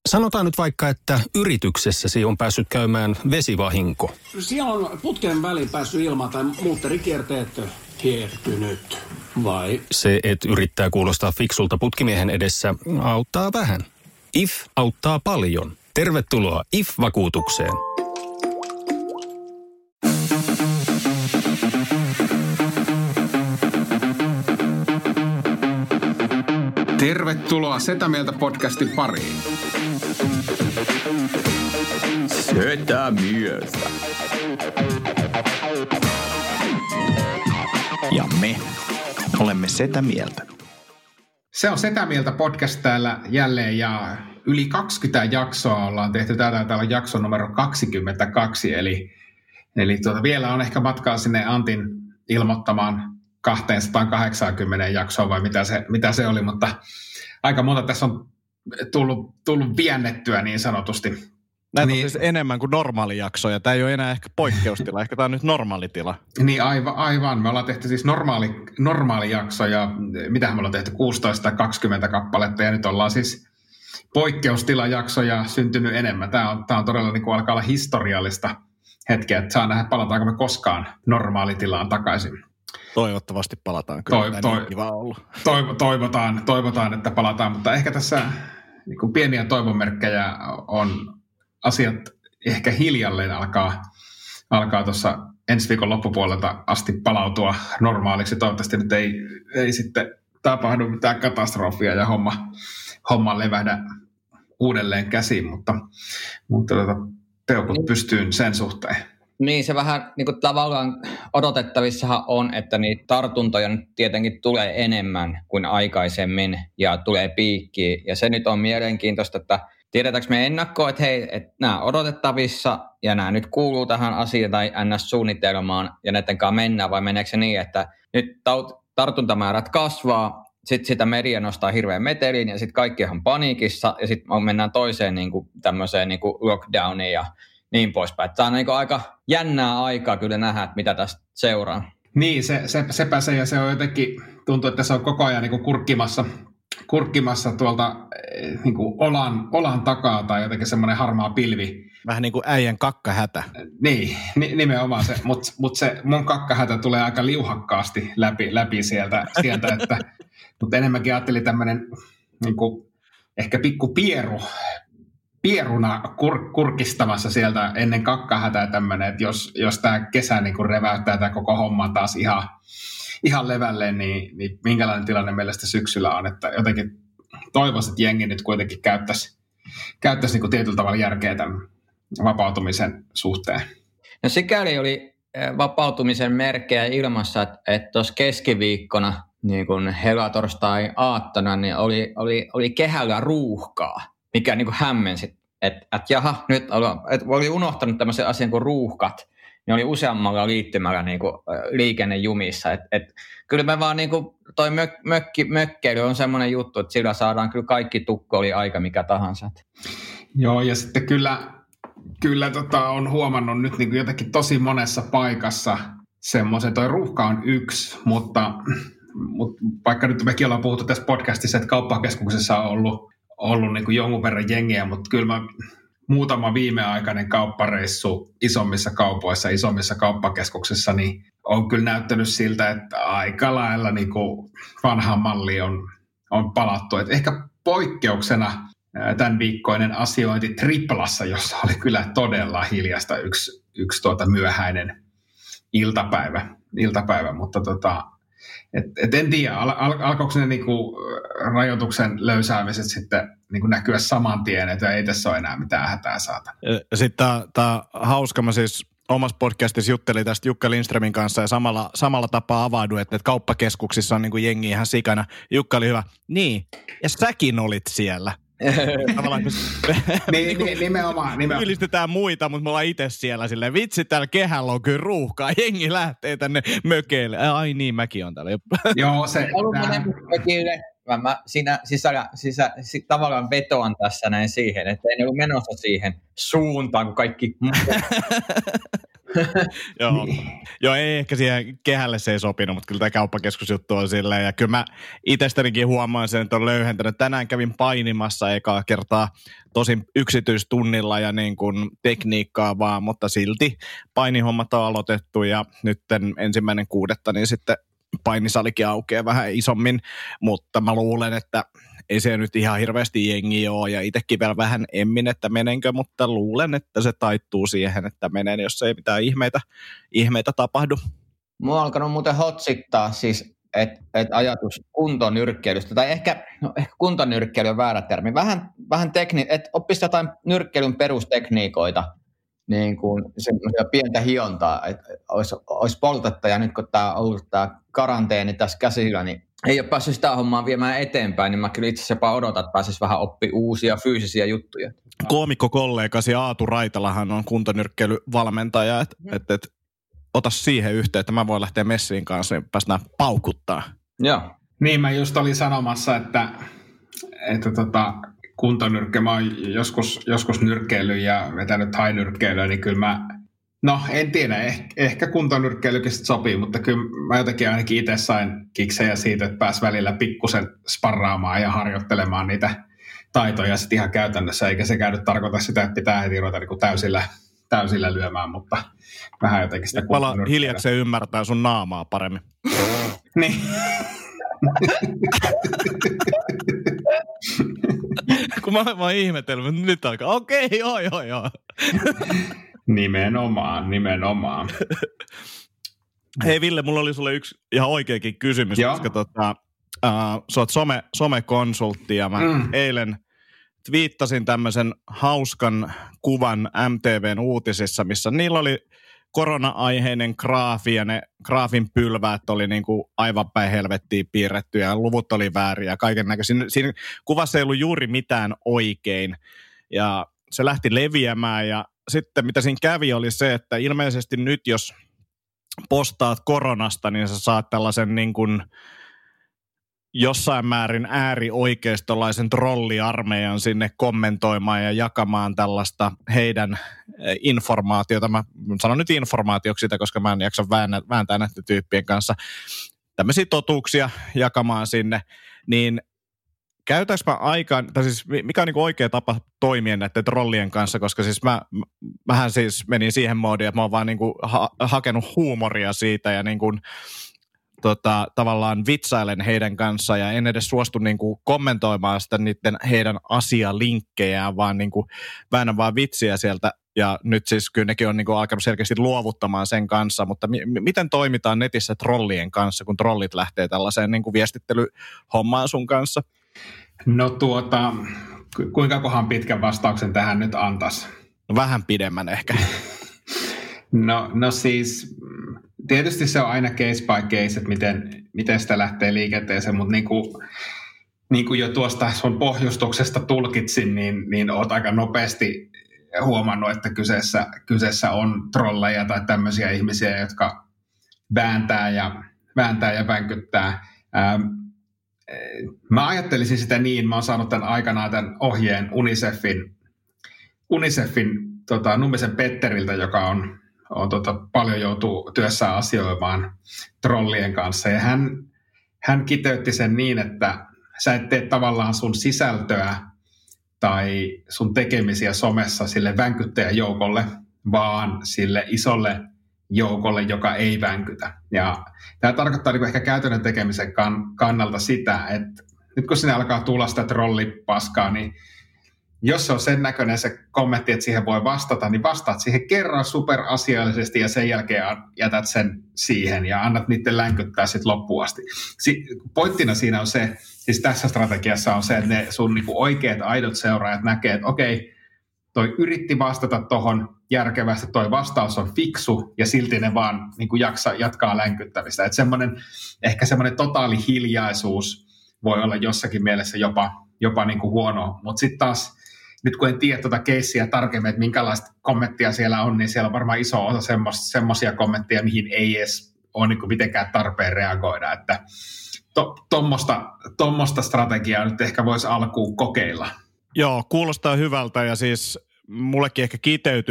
Sanotaan nyt vaikka, että yrityksessäsi on päässyt käymään vesivahinko. Siellä on putken väliin päässyt ilma tai muutterikierteet hiertynyt, vai? Se, että yrittää kuulostaa fiksulta putkimiehen edessä, auttaa vähän. IF auttaa paljon. Tervetuloa IF-vakuutukseen. Tervetuloa Setä Mieltä podcastin pariin. Setä Mieltä. Ja me olemme Setä Mieltä. Se on Setä Mieltä podcast täällä jälleen ja yli 20 jaksoa ollaan tehty. Täällä on jakso numero 22, eli vielä on ehkä matkaa sinne Antin ilmoittamaan 280 jaksoa vai mitä se oli, mutta aika monta tässä on tullut viennettyä niin sanotusti. Näitä on siis enemmän kuin normaali jakso, ja tämä ei ole enää ehkä poikkeustila, ehkä tämä on nyt normaali tila. Niin aivan. Me ollaan tehty siis normaali jakso, ja mitähän me ollaan tehty, 16 tai 20 kappaletta, ja nyt ollaan siis poikkeustilajaksoja syntynyt enemmän. Tämä on todella niin kuin alkaa olla historiallista hetkeä, että saa nähdä, palataanko me koskaan normaalitilaan takaisin. Toivottavasti palataan. Kyllä kiva ollut. Toivotaan, että palataan, mutta ehkä tässä niin kuin pieniä toivonmerkkejä on asiat ehkä hiljalleen alkaa tuossa ensi viikon loppupuolelta asti palautua normaaliksi. Toivottavasti nyt ei sitten tapahdu mitään katastrofia ja homma levähdä uudelleen käsiin, mutta peukut pystyyn sen suhteen. Niin, se vähän niin kuin tavallaan odotettavissahan on, että niitä tartuntoja nyt tietenkin tulee enemmän kuin aikaisemmin ja tulee piikkiä. Ja se nyt on mielenkiintoista, että tiedetäänkö me ennakkoon, että hei, että nämä on odotettavissa ja nämä nyt kuuluu tähän asiaan tai NS-suunnitelmaan ja näiden kanssa mennään, vai meneekö se niin, että nyt tartuntamäärät kasvaa, sitten sitä media nostaa hirveän metelin ja sitten kaikki on paniikissa ja sitten mennään toiseen niin kuin tämmöiseen niin kuin lockdowniin ja niin poispäin. Tämä on niin aika jännää aikaa kyllä nähdä, että mitä tästä seuraa. Niin, sepä se, ja se on jotenkin, tuntuu, että se on koko ajan niin kuin kurkkimassa tuolta niin kuin olan takaa tai jotenkin semmoinen harmaa pilvi. Vähän niin kuin äijän kakkahätä. Niin, nimenomaan se, mutta se mun kakkahätä tulee aika liuhakkaasti läpi sieltä että, mutta enemmänkin ajattelin tämmöinen niin kuin ehkä pikku pieruna kurkistamassa sieltä ennen kakkahätää tämmöinen, että jos tämä kesä niin kun reväyttää tämä koko homma taas ihan levälleen, niin minkälainen tilanne meillä sitten syksyllä on, että jotenkin toivoisin, että jengi nyt kuitenkin käyttäisi niin kuin tietyllä tavalla järkeä tämän vapautumisen suhteen. No sikäli oli vapautumisen merkkejä ilmassa, että tuossa keskiviikkona, niin kuin helatorstai aattona, niin oli kehällä ruuhkaa, mikä niin kuin hämmensi, että jaha, nyt oli unohtanut tämmöisen asian kuin ruuhkat, niin oli useammalla liittymällä niin kuin liikennejumissa. Kyllä me vaan, niin kuin, toi mökkeily on semmoinen juttu, että sillä saadaan kyllä kaikki tukko, oli aika mikä tahansa. Joo, ja sitten kyllä on huomannut nyt niin kuin jotenkin tosi monessa paikassa semmoisen, toi ruuhka on yksi, mutta vaikka nyt mekin ollaan puhuttu tässä podcastissa, että kauppakeskuksessa on ollut niin kuin jonkun verran jengiä, mutta kyllä muutama viimeaikainen kauppareissu isommissa kaupoissa, isommissa kauppakeskuksissa, niin on kyllä näyttänyt siltä, että aika lailla niin kuin vanhaan malliin on palattu. Et ehkä poikkeuksena tämän viikkoinen asiointi Triplassa, jossa oli kyllä todella hiljasta yksi myöhäinen iltapäivä, mutta en tiedä, alkoiko ne niinku rajoituksen löysäämiset sitten niinku näkyä saman tien, että ei tässä ole enää mitään hätää saatana. Sitten tämä hauska, mä siis omassa podcastissa juttelin tästä Jukka Lindströmin kanssa ja samalla tapaa avaudu, että kauppakeskuksissa on niinku jengi ihan sikana. Jukka oli hyvä. Niin, ja säkin olit siellä. Nimenomaan. Ylistetään muita, mutta me ollaan itse siellä silleen, vitsi, täällä kehällä on kyllä ruuhkaa, jengi lähtee tänne mökeille. Ai niin, mäkin on täällä. Joo, se. Mä siinä sisällä tavallaan vetoan tässä näin siihen, että en ollut menossa siihen suuntaan, kun kaikki Joo, ei ehkä siihen kehälle se ei sopinut, mutta kyllä tämä kauppakeskusjuttu on silleen. Ja kyllä mä itsestänikin huomaan sen, että on löyhentänyt. Tänään kävin painimassa ekaa kertaa tosin yksityistunnilla ja niin kuin tekniikkaa vaan, mutta silti painihommat on aloitettu ja nyt 1.6. niin sitten painisalikin aukeaa vähän isommin, mutta mä luulen, että ei se nyt ihan hirveästi jengiä ole, ja itsekin vielä vähän emmin, että menenkö, mutta luulen, että se taittuu siihen, että menen, jos ei mitään ihmeitä tapahdu. Mua on alkanut muuten hotsittaa siis, että ajatus kuntonyrkkeilystä, tai ehkä kuntonyrkkeily on väärä termi, vähän että oppisi jotain nyrkkeilyn perustekniikoita, niin kuin semmoisia pientä hiontaa, että olisi poltetta, ja nyt kun tämä on ollut tämä karanteeni tässä käsillä, niin ei ole päässyt sitä hommaa viemään eteenpäin, niin mä kyllä itse asiassa jopa odotan, että pääsisi vähän oppimaan uusia fyysisiä juttuja. Koomikko-kollegasi Aatu Raitalahan on kuntonyrkkeilyvalmentaja, että ota siihen yhteen, että mä voin lähteä messiin kanssa ja päästään paukuttaa. Joo. Niin, mä just olin sanomassa, että kuntonyrkkeily, mä oon joskus nyrkkeily ja vetänyt hainyrkkeilyä, niin kyllä mä, en tiedä, ehkä kuntonyrkkeilykin sopii, mutta kyllä mä jotenkin ainakin itse sain kiksejä siitä, että pääsi välillä pikkusen sparraamaan ja harjoittelemaan niitä taitoja sitten ihan käytännössä, eikä se käynyt tarkoita sitä, että pitää heti ruveta niin täysillä lyömään, mutta vähän jotenkin sitä kuntonyrkkeilyä. Hiljakseen ymmärtää sun naamaa paremmin. Niin. Kun mä oon ihmetellyt, mutta nyt alkaa. Okei, joo. Nimenomaan. Hei Ville, mulla oli sulle yksi ihan oikeakin kysymys, koska sä oot somekonsultti ja mä eilen twiittasin tämmöisen hauskan kuvan MTVn uutisissa, missä niillä oli korona-aiheinen graafi ja ne graafin pylväät oli niin kuin aivan päin helvettiin piirretty ja luvut oli vääriä ja kaiken näköisiä. Siinä kuvassa ei ollut juuri mitään oikein ja se lähti leviämään ja sitten mitä siinä kävi oli se, että ilmeisesti nyt jos postaat koronasta, niin sä saat tällaisen niin kuin jossain määrin äärioikeistolaisen trolliarmeijan sinne kommentoimaan ja jakamaan tällaista heidän informaatiota. Mä sanon nyt informaatioksi sitä, koska mä en jaksa vääntää näiden tyyppien kanssa tämmöisiä totuuksia jakamaan sinne. Niin käytäks mä aikaan, tai siis mikä on niin kuin oikea tapa toimia näiden trollien kanssa, koska siis mähän siis menin siihen moodiin, että mä oon vaan niin kuin hakenut huumoria siitä ja niin kuin tavallaan vitsailen heidän kanssa ja en edes suostu niin kuin kommentoimaan sitä niiden heidän asialinkkejään, vaan niin kuin väännän vaan vitsiä sieltä. Ja nyt siis kyllä nekin on niin kuin alkanut selkeästi luovuttamaan sen kanssa, mutta miten toimitaan netissä trollien kanssa, kun trollit lähtee tällaiseen niin kuin viestittelyhommaan sun kanssa? No kuinka kohan pitkän vastauksen tähän nyt antaisi? No, vähän pidemmän ehkä. No siis tietysti se on aina case by case, että miten sitä lähtee liikenteeseen, mutta niin kuin jo tuosta sun pohjustuksesta tulkitsin, niin oot aika nopeasti huomannut, että kyseessä on trolleja tai tämmöisiä ihmisiä, jotka vääntää ja vänkyttää. Mä ajattelisin sitä niin, mä oon saanut aikanaan tämän ohjeen UNICEFin Nummisen Petteriltä, joka on paljon joutuu työssään asioimaan trollien kanssa. Ja hän kiteytti sen niin, että sä et tee tavallaan sun sisältöä tai sun tekemisiä somessa sille vänkyttäjäjoukolle, vaan sille isolle joukolle, joka ei vänkytä. Ja tämä tarkoittaa ehkä käytännön tekemisen kannalta sitä, että nyt kun sinne alkaa tulla sitä trollipaskaa, niin jos se on sen näköinen se kommentti, että siihen voi vastata, niin vastaat siihen kerran superasiallisesti ja sen jälkeen jätät sen siihen ja annat niiden länkyttää sitten loppuun asti. Pointtina siinä on se, siis tässä strategiassa on se, että ne sun niinku oikeat aidot seuraajat näkee, että okei, toi yritti vastata tohon järkevästi, toi vastaus on fiksu ja silti ne vaan niinku jatkaa länkyttämistä. Että ehkä semmoinen totaali hiljaisuus voi olla jossakin mielessä jopa niinku huono, mutta sitten taas nyt kun en tiedä tuota keissiä tarkemmin, että minkälaista kommenttia siellä on, niin siellä on varmaan iso osa semmoisia kommentteja, mihin ei edes ole niin kuin mitenkään tarpeen reagoida. Että tommoista strategiaa nyt ehkä voisi alkuun kokeilla. Joo, kuulostaa hyvältä ja siis mullekin ehkä kiteytyi se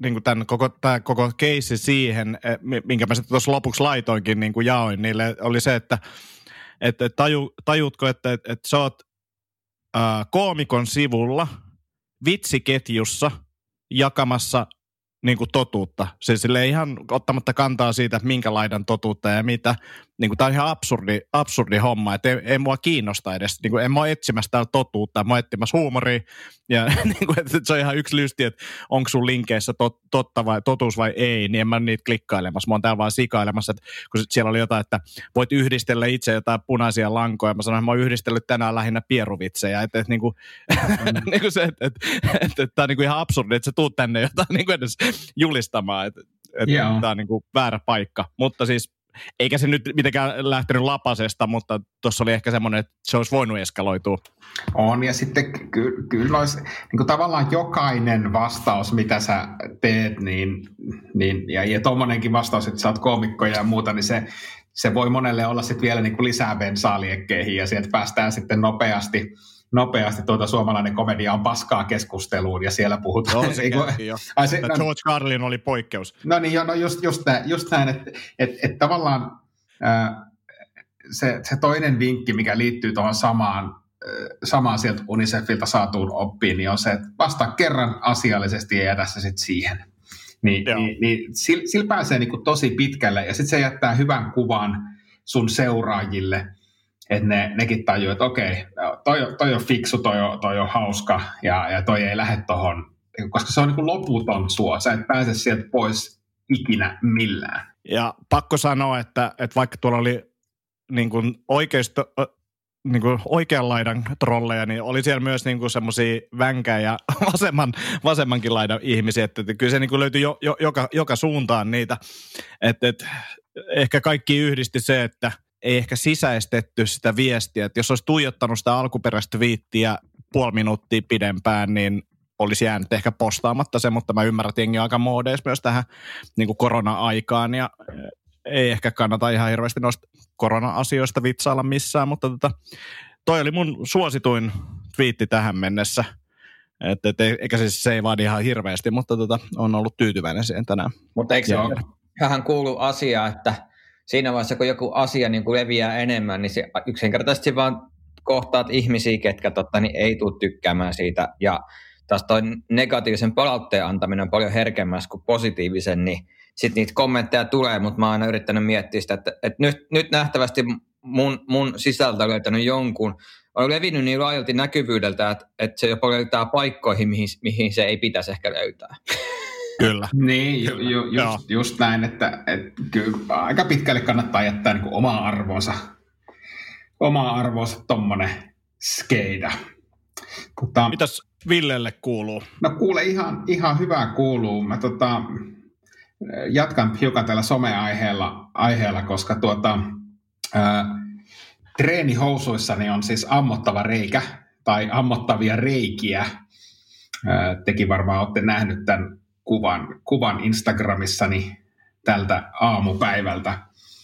niin tämän koko keissi siihen, minkä mä sitten tuossa lopuksi laitoinkin, niin kuin jaoin niille, oli se, että tajutko, että sä oot koomikon sivulla vitsiketjussa jakamassa niin kuin totuutta. Siis silleen ihan ottamatta kantaa siitä, että minkä laidan totuutta ja mitä. Niin kuin tää on ihan absurdi homma, että ei mua kiinnosta edes. Niin kuin en mä ole etsimässä täällä totuutta, mä oon etsimässä huumoria. Ja niin kuin, että se on ihan yksi lysti, että onko sun linkeissä totuus vai ei, niin en mä niitä klikkailemassa. Mä oon täällä vaan sikailemassa, että kun siellä oli jotain, että voit yhdistellä itse jotain punaisia lankoja. Mä sanoin, että mä oon yhdistellyt tänään lähinnä pieruvitsejä. Että niin kuin, niin kuin se, että tää on niin kuin ihan absurdi, että sä tuut tänne jotain niin kuin edes julistamaan, että tää on niin kuin väärä paikka. Mutta siis eikä se nyt mitenkään lähtenyt lapasesta, mutta tuossa oli ehkä semmoinen, että se olisi voinut eskaloitua. On, ja sitten kyllä olisi niin kuin tavallaan jokainen vastaus, mitä sä teet, ja tuommoinenkin vastaus, että sä oot koomikko ja muuta, niin se voi monelle olla sitten vielä niin kuin lisää bensaa liekkeihin, ja sieltä päästään sitten nopeasti suomalainen komedia on paskaa keskusteluun, ja siellä puhutaan. Joo, se käytiin jo. George Carlin oli poikkeus. No niin, just näin, että tavallaan se toinen vinkki, mikä liittyy tuohon samaan sieltä UNICEFilta saatuun oppiin, niin on se, että vastaa kerran asiallisesti ja jätä se sitten siihen. Niin sillä pääsee niin kuin tosi pitkälle, ja sitten se jättää hyvän kuvan sun seuraajille, että nekin tajuu, että okei, toi on fiksu, toi on hauska ja toi ei lähde tohon, koska se on niin kuin loputon suo. Sä et pääse sieltä pois ikinä millään. Ja pakko sanoa, että vaikka tuolla oli niin kuin niin kuin oikean laidan trolleja, niin oli siellä myös niin kuin semmoisia vänkää ja vasemmankin laidan ihmisiä, että kyllä se niin kuin löytyi joka suuntaan niitä. Että ehkä kaikki yhdisti se, että ei ehkä sisäistetty sitä viestiä, että jos olisi tuijottanut sitä alkuperäistä twiittiä puoli minuuttia pidempään, niin olisi jäänyt ehkä postaamatta se, mutta mä ymmärrän, että jengi on aika moodeissa myös tähän niin kuin korona-aikaan, ja ei ehkä kannata ihan hirveästi noista korona-asioista vitsailla missään, mutta toi oli mun suosituin twiitti tähän mennessä, eikä siis se ei vaadi ihan hirveästi, mutta on ollut tyytyväinen siihen tänään. Mutta eikö se vähän kuulu asia, että siinä vaiheessa, kun joku asia niin kuin leviää enemmän, niin se yksinkertaisesti vaan kohtaat ihmisiä, ketkä niin ei tule tykkäämään siitä. Ja taas toi negatiivisen palautteen antaminen on paljon herkemmässä kuin positiivisen, niin sitten niitä kommentteja tulee, mutta mä oon aina yrittänyt miettiä sitä, että nyt nähtävästi mun sisältö on löytänyt jonkun, on levinnyt niin laajalti näkyvyydeltä, että se jopa löytää paikkoihin, mihin se ei pitäisi ehkä löytää. Kyllä. Niin, just näin, että kyllä aika pitkälle kannattaa jättää niin kuin omaa arvoonsa tommonen skeida. Mitäs Villelle kuuluu? No kuule, ihan hyvää kuuluu. Mä jatkan hiukan tällä someaiheella, koska treenihousuissani on siis ammottava reikä tai ammottavia reikiä. Tekin varmaan olette nähnyt tämän kuvan Instagramissani tältä aamupäivältä.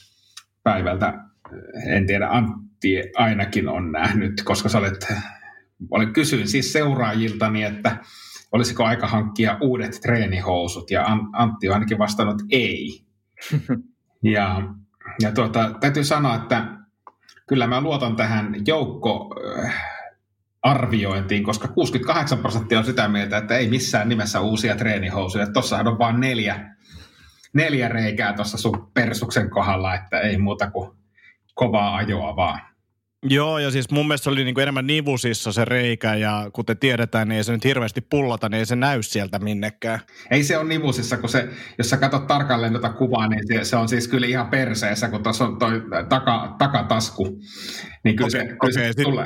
En tiedä, Antti ainakin on nähnyt, koska kysyin siis seuraajiltani, että olisiko aika hankkia uudet treenihousut, ja Antti on ainakin vastannut ei. Ja täytyy sanoa, että kyllä mä luotan tähän joukkoarviointiin, koska 68% on sitä mieltä, että ei missään nimessä uusia treenihousuja. Tossahan on vaan neljä reikää tuossa sun persuksen kohdalla, että ei muuta kuin kovaa ajoa vaan. Joo, ja siis mun mielestä se oli niinku enemmän nivusissa se reikä, ja kuten tiedetään, niin ei se nyt hirveästi pullata, niin ei se näy sieltä minnekään. Ei se ole nivusissa, kun jos sä katsot tarkalleen tuota kuvaa, niin se on siis kyllä ihan perseessä, kun tuossa on toi takatasku. Niin kyllä se tulee.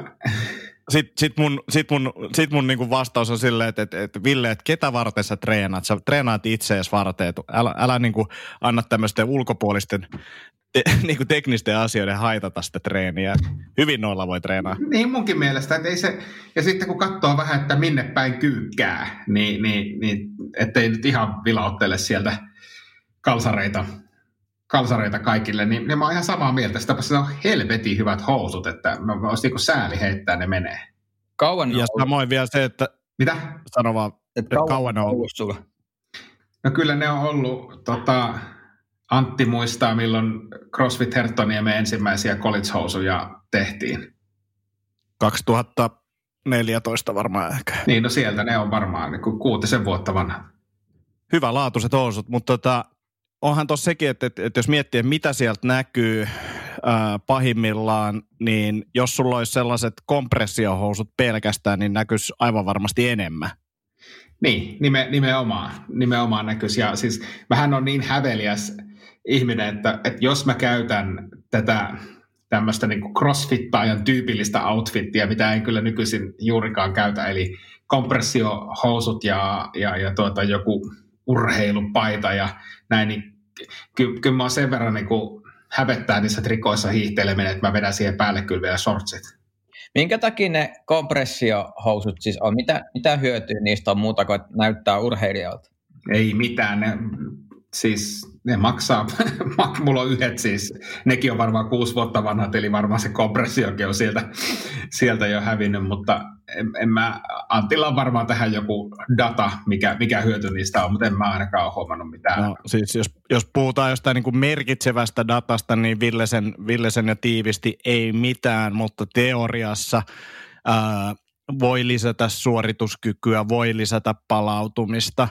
Sitten mun niinku vastaus on silleen, että Ville, että ketä varten sä treenaat? Sä treenaat itseäsi varten, älä niinku anna tämmöisten ulkopuolisten niinku teknisten asioiden haitata sitä treeniä. Hyvin noilla voi treenaa. Niin munkin mielestä, että ei se, ja sitten kun katsoo vähän, että minne päin kyykkää, niin ettei nyt ihan vilauttele sieltä kalsareita kaikille, niin mä oon ihan samaa mieltä. Sitä se on helvetin hyvät housut, että mä olisi niinku sääli heittää, ne menee. Kauan ja samoin vielä se, että... Mitä? Sano vaan, että kauan on ollut sulla. No kyllä ne on ollut, Antti muistaa milloin CrossFit Herttoniemen ensimmäisiä college-housuja tehtiin. 2014 varmaan ehkä. Niin, no sieltä ne on varmaan niin kuin 6 vuotta vanha. Hyvälaatuiset housut, mutta onhan tuossa sekin, että jos miettii, mitä sieltä näkyy pahimmillaan, niin jos sulla olisi sellaiset kompressiohousut pelkästään, niin näkyisi aivan varmasti enemmän. Niin, nimenomaan näkyisi. Ja siis mähän on niin häveliäs ihminen, että jos mä käytän tätä tämmöistä niin kuin crossfittaajan tyypillistä outfittiä, mitä en kyllä nykyisin juurikaan käytä, eli kompressiohousut ja joku urheilupaita ja näin, niin kyllä mä oon sen verran niin kuin hävettää niissä trikoissa hiihteleminen, että mä vedän siihen päälle kyllä vielä shortsit. Minkä takia ne kompressiohousut siis on? Mitä hyötyä niistä on muuta kuin, että näyttää urheilijalta? Ei mitään. Ne maksaa. Mulla on yhdet siis. Nekin on varmaan 6 vuotta vanhat, eli varmaan se kompressiokin on sieltä jo hävinnyt, mutta Antilla on varmaan tähän joku data, mikä hyöty niistä on, mutta en mä ainakaan ole huomannut mitään. No siis jos puhutaan jostain niin kuin merkitsevästä datasta, niin Villesen ja tiivisti ei mitään, mutta teoriassa voi lisätä suorituskykyä, voi lisätä palautumista.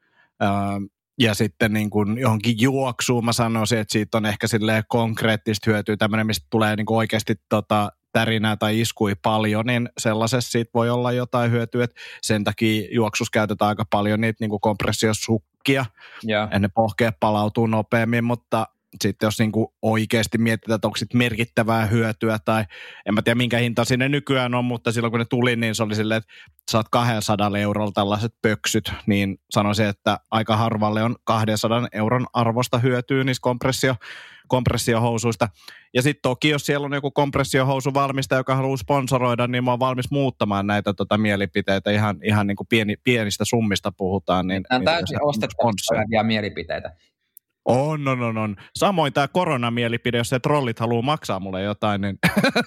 Ja sitten niin kuin johonkin juoksuun mä sanoisin, että siitä on ehkä silleen konkreettista hyötyä, tämmöinen, mistä tulee niin kuin oikeasti tärinää tai iskui paljon, niin sellaisessa siitä voi olla jotain hyötyä, että sen takia juoksussa käytetään aika paljon niitä niin kuin kompressiosukkia, ja ne pohkeet palautuu nopeammin, mutta sitten jos niin kuin oikeasti mietitään, että onko sitten merkittävää hyötyä tai en mä tiedä minkä hinta sinne nykyään on, mutta silloin kun ne tuli, niin se oli silleen, että saat 200 € tällaiset pöksyt, niin sanoisin, että aika harvalle on 200 € arvosta hyötyä niistä kompressiohousuista. Ja sitten toki, jos siellä on joku kompressiohousuvalmistaja, joka haluaa sponsoroida, niin mä oon valmis muuttamaan näitä mielipiteitä. Ihan niin kuin pienistä summista puhutaan. Niin, nämä on täysin ostettavia mielipiteitä. On. Samoin tämä koronamielipide, jos se trollit haluaa maksaa mulle jotain, niin,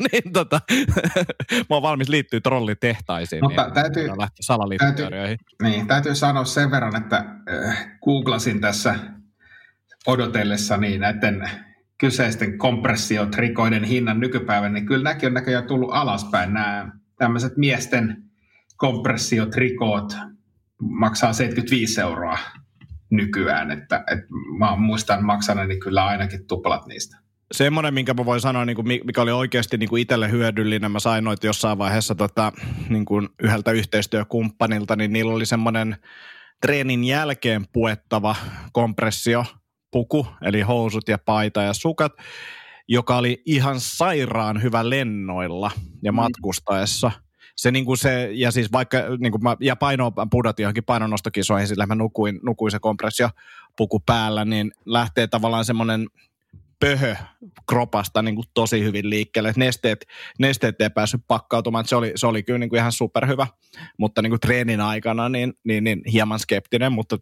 mä oon valmis liittyä trollitehtaisiin. Mutta niin täytyy salaliittoteorioihin. Täytyy sanoa sen verran, että googlasin tässä odotellessani näiden kyseisten kompressiotrikoiden hinnan nykypäivän, niin kyllä näkin on näköjään tullut alaspäin. Nämä tämmöiset miesten kompressiotrikoot maksaa 75 € nykyään, että mä muistan maksanani kyllä ainakin tuplat niistä. Semmoinen, minkä mä voin sanoa, mikä oli oikeasti itselle hyödyllinen, mä sain noita jossain vaiheessa yhdeltä yhteistyökumppanilta, niin niillä oli semmoinen treenin jälkeen puettava kompressiopuku, eli housut ja paita ja sukat, joka oli ihan sairaan hyvä lennoilla ja matkustaessa. Ja siis vaikka, ja painoa pudotin johonkin painonnostokisoihin, sillä mä nukuin se kompressiopuku päällä, niin lähtee tavallaan semmoinen pöhö kropasta tosi hyvin liikkeelle, että nesteet ei päässyt pakkautumaan, se oli kyllä ihan superhyvä, mutta treenin aikana niin hieman skeptinen, mutta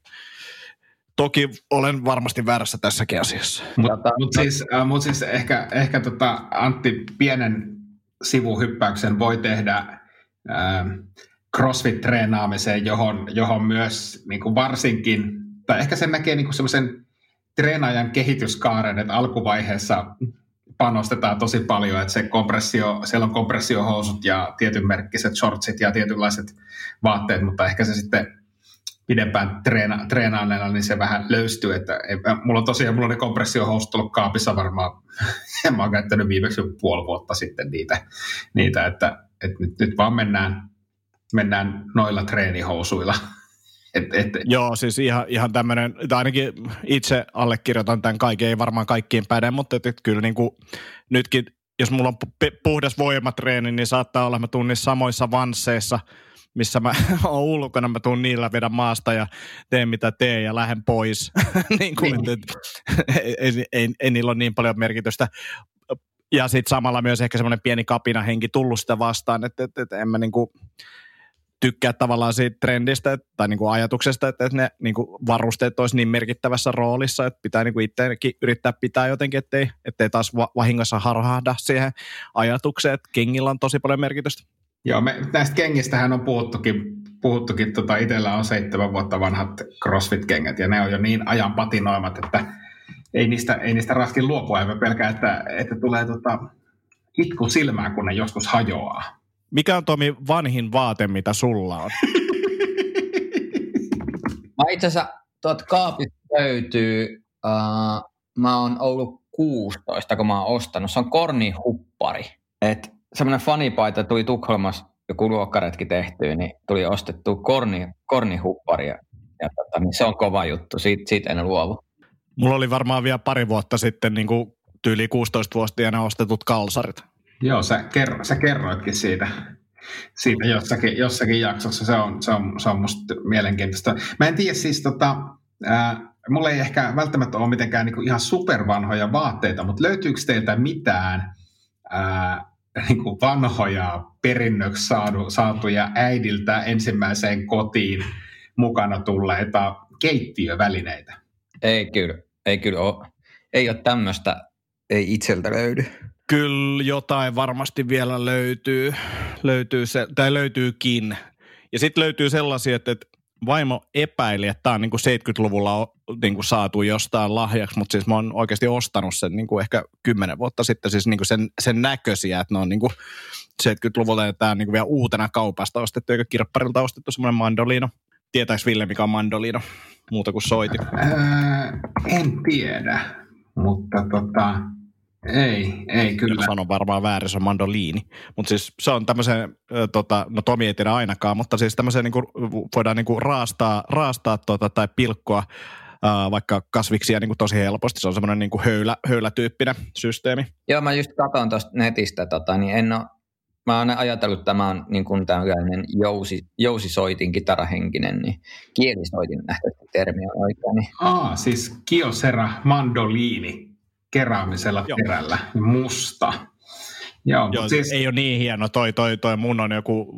toki olen varmasti väärässä tässäkin asiassa. Mutta siis ehkä Antti pienen sivuhyppäyksen voi tehdä CrossFit-treenaamiseen, johon myös niin kuin varsinkin, tai ehkä sen näkee niin kuin semmoisen treenaajan kehityskaaren, että alkuvaiheessa panostetaan tosi paljon, että siellä on kompressiohousut ja tietyn merkkiset shortsit ja tietynlaiset vaatteet, mutta ehkä se sitten pidempään treenaaneena, niin se vähän löystyy, että mulla on ne kompressiohousut ollut kaapissa varmaan, mä oon käyttänyt viimeksi 5,5 vuotta sitten niitä että nyt vaan mennään noilla treenihousuilla. Joo, siis ihan tämmöinen, ainakin itse allekirjoitan tämän kaiken, ei varmaan kaikkiin päde, mutta kyllä nytkin, jos mulla on puhdas voimatreeni, niin saattaa olla, mä tuun niissä samoissa vansseissa, missä mä oon ulkona, mä tuun niillä vedän maasta ja teen mitä teen ja lähden pois. Ei niillä ole niin paljon merkitystä. Ja sitten samalla myös ehkä semmoinen pieni kapinahenki tullut sitä vastaan, että en mä tykkää tavallaan siitä trendistä tai ajatuksesta, että ne varusteet olisi niin merkittävässä roolissa, että pitää itsekin yrittää pitää jotenkin, ettei taas vahingossa harhahda siihen ajatukseen, että kengillä on tosi paljon merkitystä. Joo, näistä kengistähän on puhuttukin puhuttukin, itsellä on 7 vuotta vanhat CrossFit-kengät, ja ne on jo niin ajan patinoimat, että ei niistä raskin luopua, ja mä pelkään, että tulee itku silmään, kun ne joskus hajoaa. Mikä on, Tomi, vanhin vaate, mitä sulla on? Mä itse asiassa tuot kaapista löytyy, mä oon ollut 16, kun mä oon ostanut. Se on kornihuppari. Et semmoinen fanipaita tuli Tukholmassa, joku luokkaretki tehtyä, niin tuli ostettua kornihuppari. Ja niin se on kova juttu, siitä en luovu. Mulla oli varmaan vielä pari vuotta sitten niin kuin tyyli 16-vuotiaana ostetut kalsarit. Joo, sä kerroitkin siitä jossakin jaksossa. Se on musta mielenkiintoista. Mä en tiedä siis, mulla ei ehkä välttämättä ole mitenkään niinku ihan supervanhoja vaatteita, mutta löytyykö teiltä mitään niinku vanhoja perinnöksi saatuja äidiltä ensimmäiseen kotiin mukana tulleita keittiövälineitä? Ei kyllä ole. Ei ole tämmöistä, ei itseltä löydy. Kyllä jotain varmasti vielä löytyykin. Ja sitten löytyy sellaisia, että vaimo epäili, että tämä on niinku 70-luvulla niinku saatu jostain lahjaksi, mutta siis mä oon oikeasti ostanut sen niinku ehkä 10 vuotta sitten, siis niinku sen näköisiä, että ne on niinku 70-luvulla ja tämä on niinku vielä uutena kaupasta ostettu, eikä kirpparilta ostettu semmoinen mandoliino. Tietääks Ville, mikä on mandoliino? Muuta kuin soitin. En tiedä, mutta ei kyllä. Sanon varmaan väärin, se on mandoliini. Mutta siis se on tämmöisen, no Tomi ei tiedä ainakaan, mutta siis tämmöisen niinku, voidaan niinku raastaa tai pilkkoa vaikka kasviksia niinku tosi helposti. Se on semmoinen niinku höylätyyppinen systeemi. Joo, mä just katson tuosta netistä, niin mä oon ajatellut, että tämä on niin kuin tällainen jousisoitin, kitarahenkinen, niin kielisoitin nähtävästi termi on oikein. Niin. Siis Kyocera mandoliini keraamisella terällä, musta. Joo, siis ei ole niin hieno. Toi mun on joku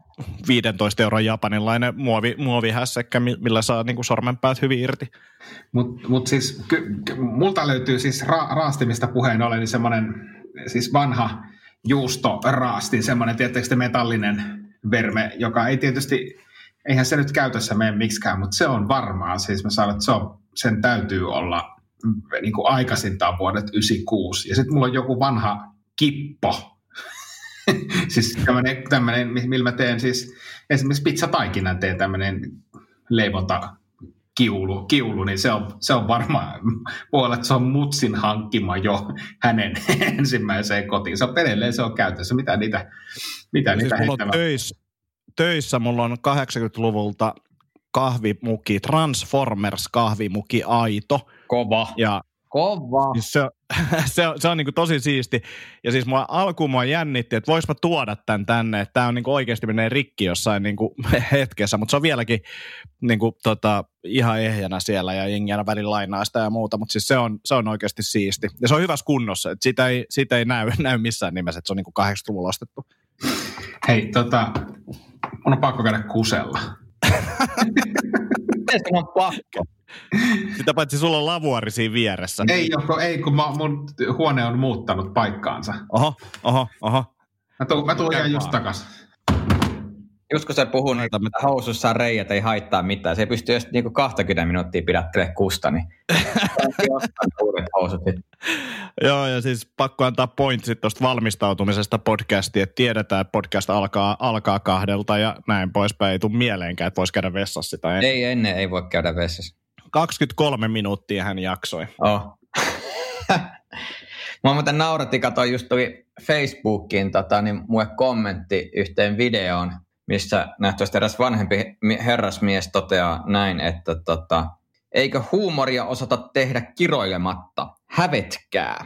15 € japanilainen muovihässäkkä, millä saa niinku sormenpäät hyvin irti. Mut siis multa löytyy siis raastimista puheen ollen niin semmoinen siis vanha juustoraastin, semmoinen tietysti metallinen verme, joka ei tietysti, eihän se nyt käytössä mene miksikään, mutta se on varmaa. Siis mä sanon, että sen täytyy olla niin kuin aikaisintaan vuodet 96. Ja sitten mulla on joku vanha kippo. Siis tämmöinen, millä mä teen siis esimerkiksi pizzataikinan teen tämmöinen leivontakiulu, niin se on varmaan puolet, se on mutsin hankkima jo hänen ensimmäiseen kotiin. Se on edelleen, se on käytössä. Mitä niitä siis mulla on töissä mulla on 80-luvulta kahvimuki, Transformers kahvimuki aito. Kova. Ja kova. Se on niinku tosi siisti. Ja siis alkuun mua jännitti, että vois mä tuoda tän tänne, että tää on niinku oikeasti menee rikki jossain niinku hetkessä, mutta se on vieläkin niinku ihan ehjänä siellä ja jengi aina välillä lainaa sitä ja muuta, mutta siis se on oikeasti siisti. Ja se on hyvässä kunnossa, että siitä ei näy missään nimessä, että se on niinku 80-luvulla ostettu. Hei, mun on pakko käydä kusella. Mielestäni on pakko. Sitä paitsi sulla on lavuari siinä vieressä. Ei, kun mun huone on muuttanut paikkaansa. Oho. Mä tuun ihan just takas. Just kun sä puhun, että housussa reijät ei haittaa mitään. Se ei pysty just niinku 20 minuuttia pidättelemään kusta, niin Joo, ja siis pakko antaa pointsit tuosta valmistautumisesta podcastiin, että tiedetään, että podcast alkaa 2 ja näin poispäin. Ei tule mieleenkään, että voisi käydä vessassa sitä ennen. Ei ennen, ei voi käydä vessassa. 23 minuuttia hän jaksoi. Mä muuten naurattiin, katsoin, just tuli Facebookiin niin mulle kommentti yhteen videoon, missä nähtävästi eräs vanhempi herrasmies toteaa näin, että eikö huumoria osata tehdä kiroilematta? Hävetkää.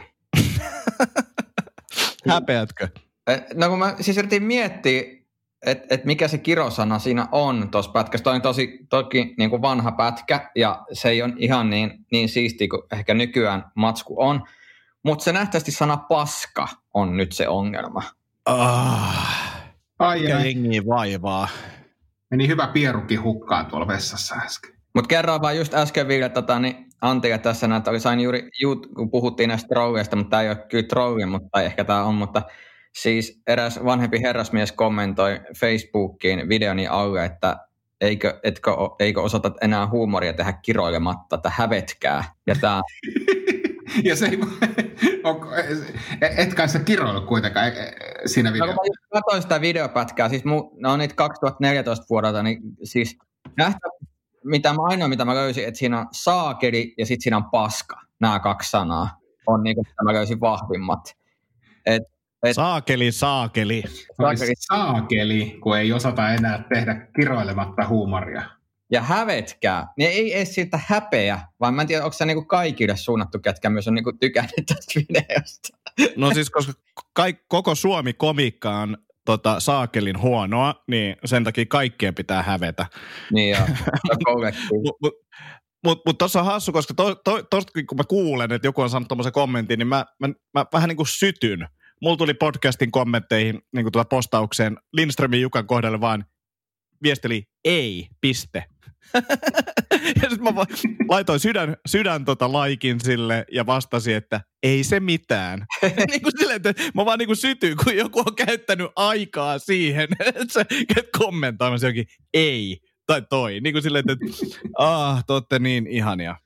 Häpeätkö? No kun mä siis yritin miettiä, että mikä se kirosana siinä on tuossa pätkässä. Toi on toki niin kuin vanha pätkä ja se ei ole ihan niin siistiä kuin ehkä nykyään matsku on. Mutta se nähtävästi sana paska on nyt se ongelma. Mikä jengi vaivaa. Meni hyvä pierukin hukkaan tuolla vessassa äsken. Mutta kerran vaan just äsken vielä, niin Antilla tässä näitä, sain juuri, kun puhuttiin näistä trolleista, mutta tämä ei ole kyllä trolli, mutta ehkä tämä on, mutta siis eräs vanhempi herrasmies kommentoi Facebookiin videoni alle, että eikö osata enää huumoria tehdä kiroilematta, että hävetkää. Ja tää... Ja se ei... Et kai sä kiroilu kuitenkaan siinä videossa. No, kun mä katsoin sitä videopätkää, siis ne on niitä 2014 vuodelta, niin siis ainoa mitä mä löysin, että siinä on saakeli ja sitten siinä on paska. Nämä 2 sanaa on niin kuin mä löysin vahvimmat. Saakeli. Saakeli, kun ei osata enää tehdä kiroilematta huumoria. Ja hävetkää. Niin ei edes siitä häpeä, vaan mä en tiedä, onko se niinku kaikille suunnattu, ketkä myös on niinku tykännyt tästä videosta. No siis, koska koko Suomi-komiikka on saakelin huonoa, niin sen takia kaikkien pitää hävetä. Niin joo, Mutta tuossa on hassu, koska tuosta kun mä kuulen, että joku on saanut tommoisen kommentin, niin mä vähän niin kuin sytyn. Mulla tuli podcastin kommentteihin niin kuin postaukseen Lindströmin Jukan kohdalle vaan viesteli ei, piste. Ja sitten mä laitoin sydän laikin sille ja vastasin, että ei se mitään. Niin kuin silleen, että mä vaan niin kuin sytyin, kun joku on käyttänyt aikaa siihen, että sä käyt kommentoimassa jokin ei tai toi. Niin kuin silleen, että te ootte niin ihania.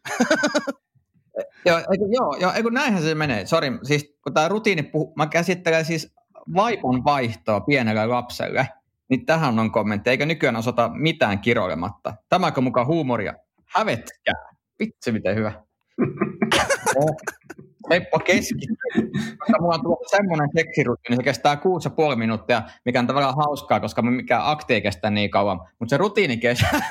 Joo, näinhän se menee. Sori, siis kun tämä rutiini mä käsittelen siis vaipon vaihtoa pienelle lapselle, niin tähän on kommentti. Eikö nykyään osata mitään kiroilematta? Tämäkö mukaan huumoria? Hävetkää. Vitsi, miten hyvä. Leppo keskittyy. Mulla on tullut semmoinen seksirutiini, se kestää 6,5 minuuttia, mikä on tavallaan hauskaa, koska mikään akti ei kestä niin kauan. Mutta se rutiini kestää.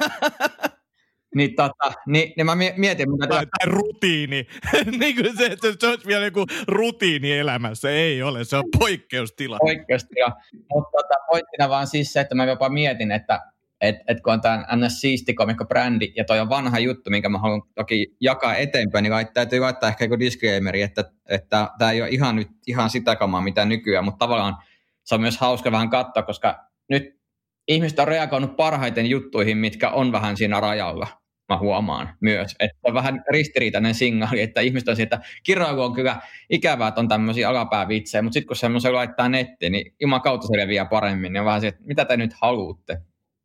Niin mä mietin... Tai rutiini. Niin kuin se olisi vielä joku rutiini elämässä. Ei ole, se on poikkeustila. Poikkeustila. Mutta pointtina vaan siis se, että mä jopa mietin, että kun on tämä NS-siistikomikko-brändi, ja toi on vanha juttu, minkä mä haluan toki jakaa eteenpäin, niin täytyy laittaa ehkä joku disclaimeri, että tämä ei ole ihan sitä kamaa, mitä nykyään, mutta tavallaan se on myös hauska vähän katsoa, koska nyt ihmiset on reagoinut parhaiten juttuihin, mitkä on vähän siinä rajalla. Mä huomaan myös, että on vähän ristiriitainen signaali, että ihmiset on siitä, että kiroilu on kyllä ikävää, että on tämmöisiä alapäävitsejä, mutta sitten kun semmoisen laittaa nettiin, niin ilman kautta se leviää paremmin, niin on vähän se, että mitä te nyt haluatte?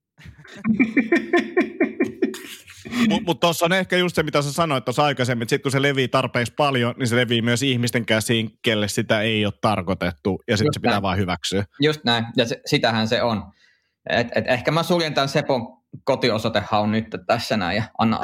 Mutta tuossa on ehkä just se, mitä sä sanoit tuossa aikaisemmin, että sitten kun se levii tarpeeksi paljon, niin se levii myös ihmisten käsiin, kelle sitä ei ole tarkoitettu, ja sitten se pitää vaan hyväksyä. Just näin, ja sitähän se on. Et ehkä mä suljen tämän Sepon kotiosoitehaun nyt tässä näin, ja anna.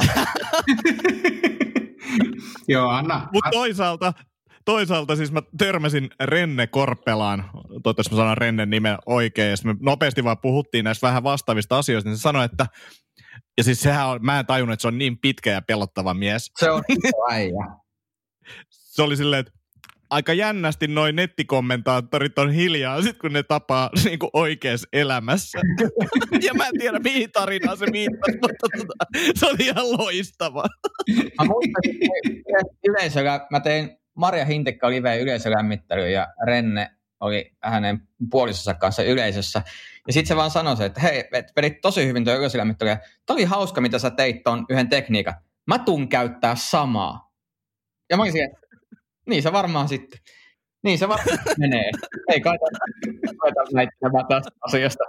Joo, anna. Mutta toisaalta siis mä törmäsin Renne Korpelaan, toivottavasti mä sanon Rennen nimen oikein, ja me nopeasti vaan puhuttiin näistä vähän vastaavista asioista, niin se sanoi, että, ja siis sehän on, mä en tajunnut, että se on niin pitkä ja pelottava mies. Se on äijä. Se oli silleen, että aika jännästi noi nettikommentaattorit on hiljaa, sit kun ne tapaa niinku oikeassa elämässä. Ja mä en tiedä, mihin tarinaan se viittasi, mutta se oli ihan loistava. Mä muistan, mä tein Marja Hintikka liveen yleisölämmittelyyn ja Renne oli hänen puolisonsa kanssa yleisössä. Ja sitten se vaan sanoi se, että hei, vedit tosi hyvin tuo yleisölämmittely. Toi oli hauska, mitä sä teit ton yhden tekniikan. Mä tuun käyttää samaa. Ja mä olisin, niin se varmaan sitten. Niin se varmaan menee. Ei kai näitä tästä asiasta.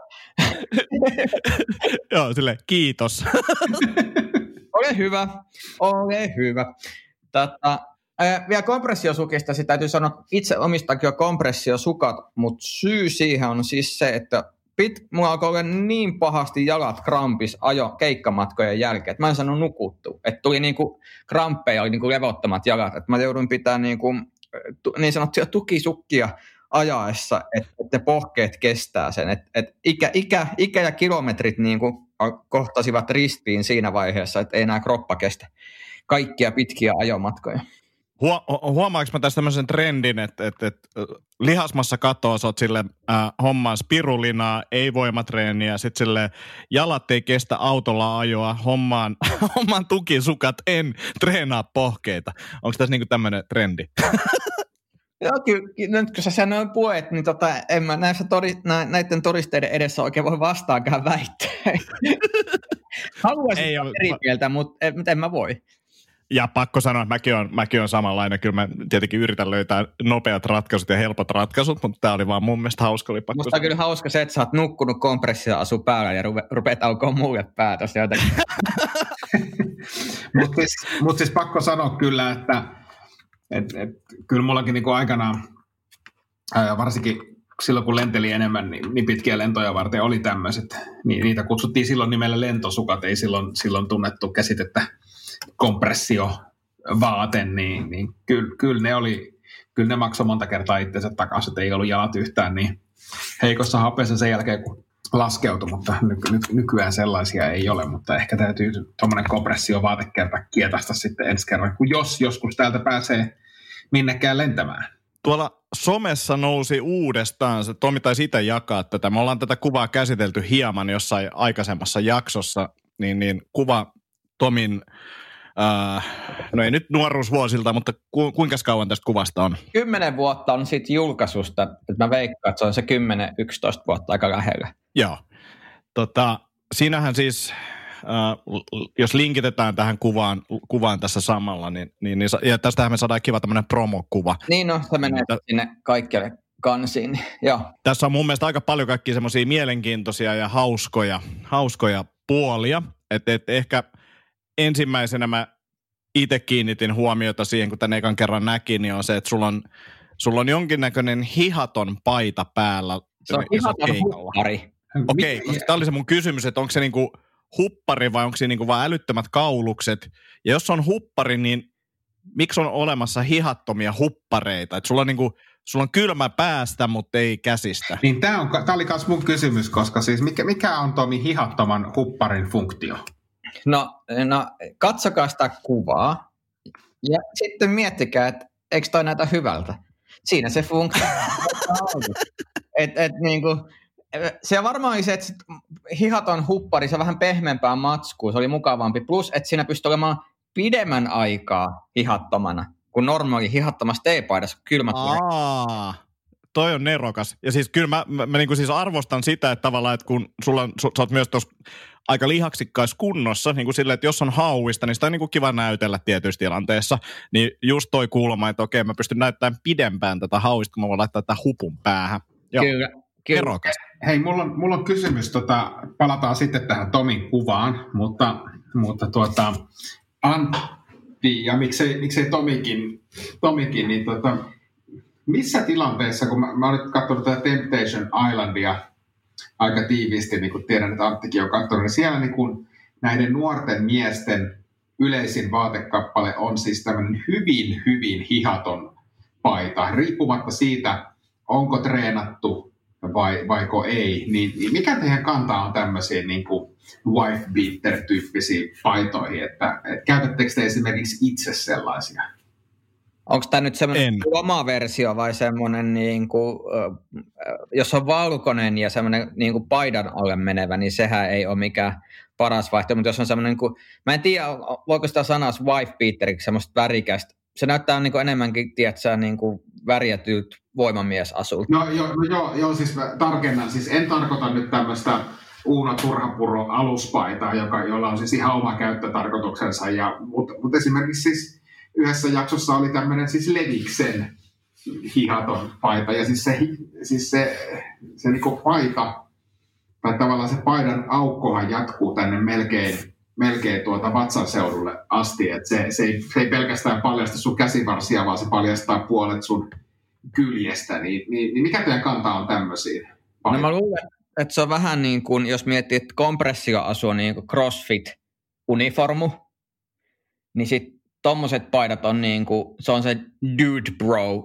Joo, silleen, kiitos. Ole hyvä. Vielä kompressiosukista, sitä täytyy sanoa, itse omistakin jo kompressiosukat, mutta syy siihen on siis se, että mulla alkoi olla niin pahasti jalat krampis keikkamatkojen jälkeen, että mä en saanut nukuttua. Että tuli niinku kramppeja, oli niinku levottomat jalat, että mä joudun pitää niinku, niin sanottuja tukisukkia ajaessa, että pohkeet kestää sen. Et ikä ja kilometrit niinku kohtasivat ristiin siinä vaiheessa, että ei enää kroppa kestä kaikkia pitkiä ajomatkoja. Huomaanko mä tässä tämmöisen trendin, että lihasmassa katoa, sä oot sille hommaan spirulinaa, ei voimatreeniä, sit sille jalat ei kestä autolla ajoa, hommaan tukisukat, en treenaa pohkeita. Onko tässä niinku tämmöinen trendi? Joo, kyllä, nyt kun sä sanoin puet, niin en mä näiden todisteiden edessä oikein voi vastaakaan väittää. Haluaisin eri mieltä, mutta en mä voi. Ja pakko sanoa, että mäkin on samanlainen. Kyllä mä tietenkin yritän löytää nopeat ratkaisut ja helpot ratkaisut, mutta tämä oli vaan mun mielestä hauska. Musta on kyllä hauska se, että sä oot nukkunut kompressioasu päällä ja rupeat aukoon mulle päätä jotenkin. Mutta siis pakko sanoa kyllä, että kyllä mullakin niinku aikanaan, varsinkin silloin kun lenteli enemmän, niin pitkiä lentoja varten oli tämmöiset. Niitä kutsuttiin silloin nimellä lentosukat, ei silloin tunnettu käsitettä kompressiovaate, niin kyllä ne maksoi monta kertaa itsensä takaisin, että ei ollut jalat yhtään niin heikossa hapeessa sen jälkeen, kun laskeutui, mutta nykyään sellaisia ei ole, mutta ehkä täytyy tuommoinen kompressiovaate kietasta sitten ensi kerran, kun jos joskus täältä pääsee minnekään lentämään. Tuolla somessa nousi uudestaan, se Tomi taisi itse jakaa tätä, me ollaan tätä kuvaa käsitelty hieman jossain aikaisemmassa jaksossa, niin kuva Tomin, no ei nyt nuoruusvuosilta, mutta kuinka kauan tästä kuvasta on? 10 vuotta on siitä julkaisusta, että mä veikkaan, että se on se 10-11 vuotta aika lähellä. Joo. Siinähän siis, jos linkitetään tähän kuvaan tässä samalla, niin ja tästähän me saadaan kiva tämmöinen promokuva. Niin no, se menee sinne kaikkialle kansiin. Joo. Tässä on mun mielestä aika paljon kaikkia semmoisia mielenkiintoisia ja hauskoja puolia, että ehkä ensimmäisenä mä itse kiinnitin huomiota siihen, kun tämän ekan kerran näkin, niin on se, että sulla on jonkinnäköinen hihaton paita päällä. Se on hihaton huppari. Okei, koska tämä oli se mun kysymys, että onko se niinku huppari vai onko se niinku vaan älyttömät kaulukset? Ja jos on huppari, niin miksi on olemassa hihattomia huppareita? Että sulla on kylmä päästä, mutta ei käsistä. Niin tämä oli myös mun kysymys, koska siis mikä on Tomi hihattoman hupparin funktio? No katsokaa sitä kuvaa ja sitten miettikää, että eikö toi näytä hyvältä. Siinä se funktio. Se varmaan oli se, että hihaton huppari, se on vähän pehmeämpää matskua, se oli mukavampi. Plus, että siinä pystyy olemaan pidemmän aikaa hihattomana, kun normaali hihattomassa teepaidassa kylmät. Toi on nerokas. Ja siis kyllä mä niin siis arvostan sitä, että tavallaan, että kun sä oot myös tuossa aika lihaksikkaissa kunnossa, niin kuin silleen, että jos on hauista, niin sitä on niin kuin kiva näytellä tietyissä tilanteessa. Niin just toi kulma, että okei, mä pystyn näyttämään pidempään tätä hauista, kun mä voin laittaa tätä hupun päähän. Joo. Kyllä. Nerokas. Hei, mulla on kysymys, palataan sitten tähän Tomin kuvaan, mutta Antti ja miksei Tomikin niin missä tilanteessa, kun mä oon nyt katsonut tätä Temptation Islandia aika tiiviisti, niin kuin tiedän, että Anttikin on katsonut, niin siellä niin kuin näiden nuorten miesten yleisin vaatekappale on siis tämmöinen hyvin, hyvin hihaton paita, riippumatta siitä, onko treenattu vaiko ei, niin mikä teidän kantaa on tämmöisiin niin kuin wife beater-tyyppisiin paitoihin, että käytättekö te esimerkiksi itse sellaisia? Onko tämä nyt semmoinen oma versio vai semmoinen, niin kuin, jos on valkoinen ja semmoinen niin kuin paidan alle menevä, niin sehän ei ole mikään paras vaihtoehto, mutta jos on semmoinen, niin mä en tiedä, voiko sitä sanoa wife beateriksi, semmoista värikästä, se näyttää niin kuin enemmänkin, tiedätkö, niin kuin värjätyltä voimamiesasulta. Joo, siis mä tarkennan, siis en tarkoita nyt tämmöistä Uuno Turhapuro aluspaitaa, jolla on siis ihan oma käyttötarkoituksensa, mutta esimerkiksi siis yhdessä jaksossa oli tämmöinen siis Leviksen hihaton paita, ja siis se niinku paita, tai tavallaan se paidan aukkohan jatkuu tänne melkein vatsan seudulle asti, että se ei pelkästään paljasta sun käsivarsia, vaan se paljastaa puolet sun kyljestä, niin mikä teidän kanta on tämmöisiin? No mä luulen, että se on vähän niin kuin, jos miettii, että kompressioasu on niin kuin CrossFit-uniformu, niin sitten tommoset paidat on niin kuin, se on se dude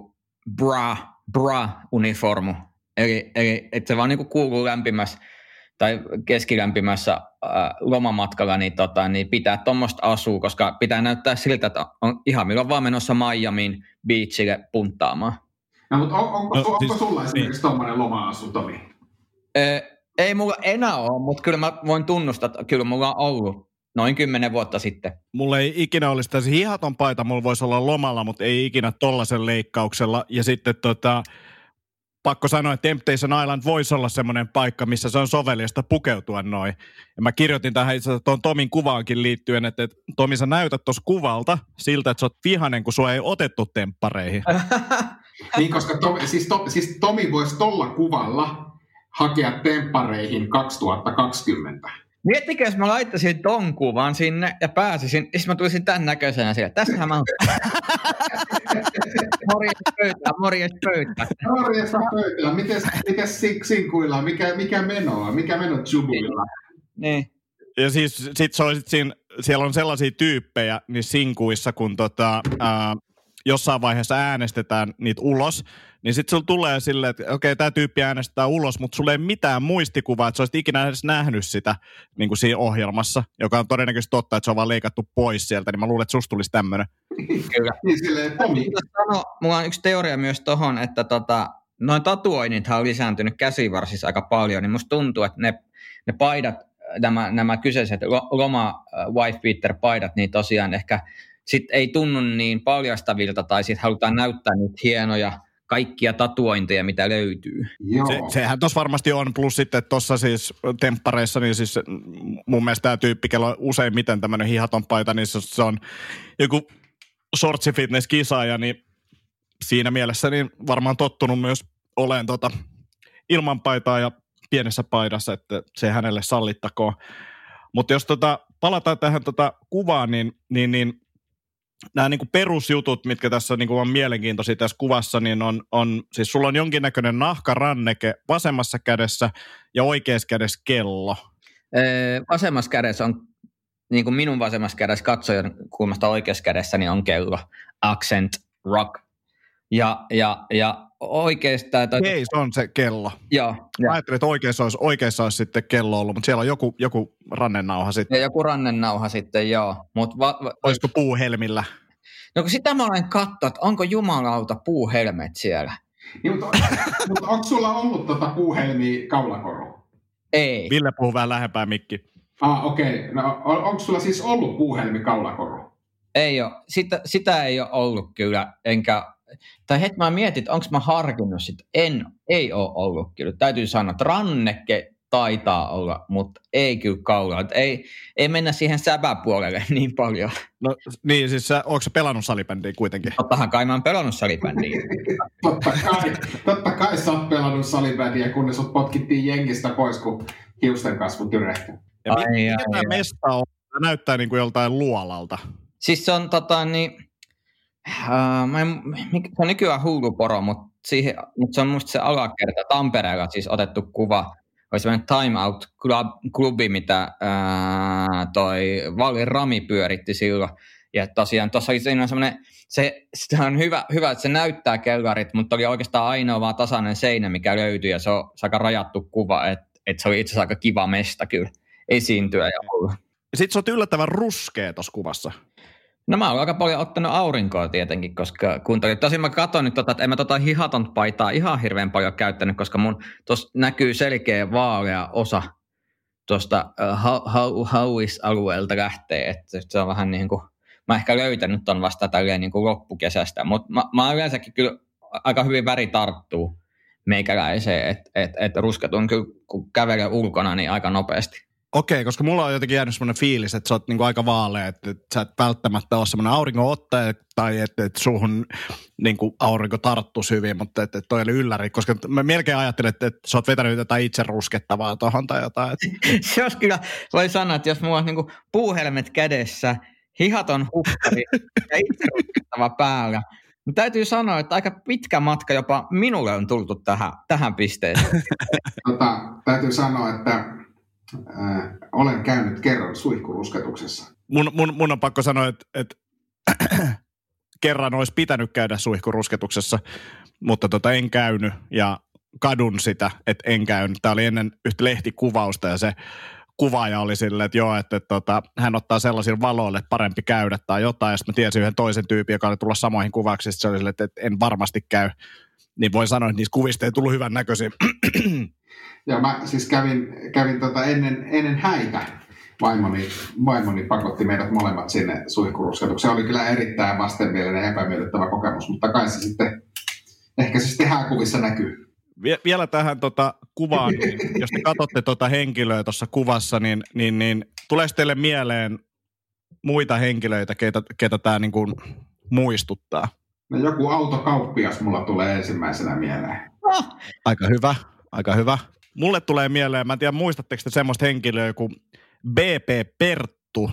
bra-uniformu. Eli että se vaan niin kuin kuuluu lämpimässä tai keskilämpimässä lomamatkalla, niin pitää tuommoista asua, koska pitää näyttää siltä, että on ihan milloin vaan menossa Miamiin beachille punttaamaan. No, mutta onko sulla esimerkiksi tuommoinen loma-asu, Tomi? Ei mulla enää ole, mutta kyllä mä voin tunnustaa, että kyllä mulla on ollut noin 10 vuotta sitten. Mulla ei ikinä olisi tässä hihaton paita, mulla voisi olla lomalla, mutta ei ikinä tollaisen leikkauksella. Ja sitten pakko sanoa, että Temptation Island voisi olla semmoinen paikka, missä se on soveliasta pukeutua noin. Ja mä kirjoitin tähän itse asiassa tuon Tomin kuvaankin liittyen, että Tomi, sä näytät tuossa kuvalta siltä, että sä oot vihainen, kun sua ei otettu temppareihin. Niin, koska Tomi voisi tolla kuvalla hakea temppareihin 2020. Miettikö, jos mä laittaisin ton kuvan sinne ja pääsisin, ja sitten mä tulisin tämän näköisenä siellä. Tässähän mä oon. Morjes pöytään. Mites sinkuilla? Mikä menoa? Mikä meno Jubuilla? Niin. Ja siis sit siellä on sellaisia tyyppejä niin sinkuissa, kun jossain vaiheessa äänestetään niitä ulos, niin sitten sulla tulee silleen, että okei, tämä tyyppi äänestetään ulos, mutta sulla ei mitään muistikuvaa, että sä olisit ikinä edes nähnyt sitä niin kuin siinä ohjelmassa, joka on todennäköisesti totta, että se on vaan leikattu pois sieltä, niin mä luulen, että susta tulisi tämmöinen. Kyllä. Niin silleen, Tomi. Mulla on yksi teoria myös tohon, että noin tatuoinnithan on lisääntynyt käsivarsissa aika paljon, niin musta tuntuu, että ne paidat, nämä kyseiset loma wife beater paidat, niin tosiaan ehkä sitten ei tunnu niin paljastavilta, tai sitten halutaan näyttää niitä hienoja kaikkia tatuointeja, mitä löytyy. Sehän tuossa varmasti on, plus sitten tuossa siis temppareissa, niin siis mun mielestä tämä tyyppi, kello useimmiten tämmöinen hihaton paita, niin se on joku sortsifitness-kisaaja, niin siinä mielessä niin varmaan tottunut myös oleen ilman paitaa ja pienessä paidassa, että se hänelle sallittakoon. Mutta jos palataan tähän kuvaan, niin nämä niin kuin perusjutut, mitkä tässä niin kuin on mielenkiintoisia tässä kuvassa, niin on siis sulla on jonkinnäköinen nahkaranneke vasemmassa kädessä ja oikeassa kädessä kello. Vasemmassa kädessä on, niin kuin minun vasemmassa kädessä katsojan kulmasta oikeassa kädessä, niin on kello. Accent Rock. Ja oikeastaan... Ei, se on se kello. Joo. Mä ajattelin, että oikeassa olisi sitten kello ollut, mutta siellä on joku rannennauha sitten. Ja joku rannennauha sitten, joo. Olisiko puuhelmillä? No kun sitä mä olen katsonut, että onko jumalauta puuhelmet siellä. Niin, mutta onko sulla ollut puuhelmiä kaulakoru? Ei. Ville puhuu vähän lähempää mikki. Okei. No, onko sulla siis ollut puuhelmi kaulakoru? Ei ole. Sitä ei ole ollut kyllä, tai hetki mä mietin, että onko mä harkinnut sitä. Ei ole ollut kyllä. Täytyy sanoa, että ranneke taitaa olla, mutta ei kyllä kaulaa. Ei mennä siihen säbäpuolelle niin paljon. No niin, siis onko sä pelannut salibändiä kuitenkin? Tottahan kai mä oon pelannut salibändiä. Totta kai sä oot pelannut salibändiä, kunnes sut potkittiin jengistä pois, kun hiusten kasvu tyrehtyy. Ja mikä tämä mesta on? Tämä näyttää niin kuin joltain luolalta. Siis se on se on nykyään huuluporo, mutta se on musta se alakerta Tampereella siis otettu kuva. Oli semmoinen Time Out-klubi, mitä toi Valli Rami pyöritti silloin. Ja tosiaan tuossa oli semmoinen, se on hyvä, että se näyttää kellarit, mutta oli oikeastaan ainoa vaan tasainen seinä, mikä löytyi. Ja se on aika rajattu kuva, että se oli itse asiassa aika kiva mesta kyllä esiintyä ja olla. Sitten sä oot yllättävän ruskea tuossa kuvassa. No mä oon aika paljon ottanut aurinkoa tietenkin, koska tosin mä katson nyt, että en mä hihaton paitaa ihan hirveän paljon käyttänyt, koska mun tuossa näkyy selkeä vaalea osa tuosta hauisalueelta lähtee, että se on vähän niin kuin, mä ehkä löytänyt ton vasta tälleen niin kuin loppukesästä, mutta mä yleensäkin kyllä aika hyvin väri tarttuu meikäläiseen, että rusketun kyllä kun kävelee ulkona niin aika nopeasti. Okei, koska mulla on jotenkin jäänyt semmoinen fiilis, että sä oot niinku aika vaalea, että sä et välttämättä ole semmoinen auringon-ottaja tai että suhun niinku aurinko tarttuisi hyvin, mutta että toi oli ylläri, koska mä melkein ajattelin, että sä oot vetänyt jotain itse ruskettavaa tohon tai jotain. Se olisi kyllä, voi sanoa, että jos mulla on niinku puuhelmet kädessä, hihaton hukkari ja itse ruskettava päällä, niin täytyy sanoa, että aika pitkä matka jopa minulle on tultu tähän pisteeseen. Täytyy sanoa, että olen käynyt kerran suihkurusketuksessa. Mun on pakko sanoa, että kerran olisi pitänyt käydä suihkurusketuksessa, mutta en käynyt ja kadun sitä, että en käynyt. Tämä oli ennen yhtä lehtikuvausta ja se kuvaaja oli silleen, että joo, että hän ottaa sellaisilla valoille, että parempi käydä tai jotain. Ja sitten mä tiesin yhden toisen tyypin, joka oli tulla samoihin kuvauksiin, se oli silleen, että en varmasti käy. Niin voin sanoa, että niistä kuvista ei tullut hyvän näköisiä. Ja mä siis kävin ennen häitä. Vaimoni pakotti meidät molemmat sinne suihkurusketukseen. Oli kyllä erittäin vastenmielinen ja epämiellyttävä kokemus, mutta kai se sitten, ehkä se sitten hääkuvissa näkyy. Vielä tähän kuvaan, niin jos te katsotte henkilöä tuossa kuvassa, niin tuleeko teille mieleen muita henkilöitä, ketä tämä niin kuin muistuttaa? No joku autokauppias mulla tulee ensimmäisenä mieleen. Aika hyvä. Mulle tulee mieleen, mä en tiedä muistatteko te semmoista henkilöä kuin BP Perttu.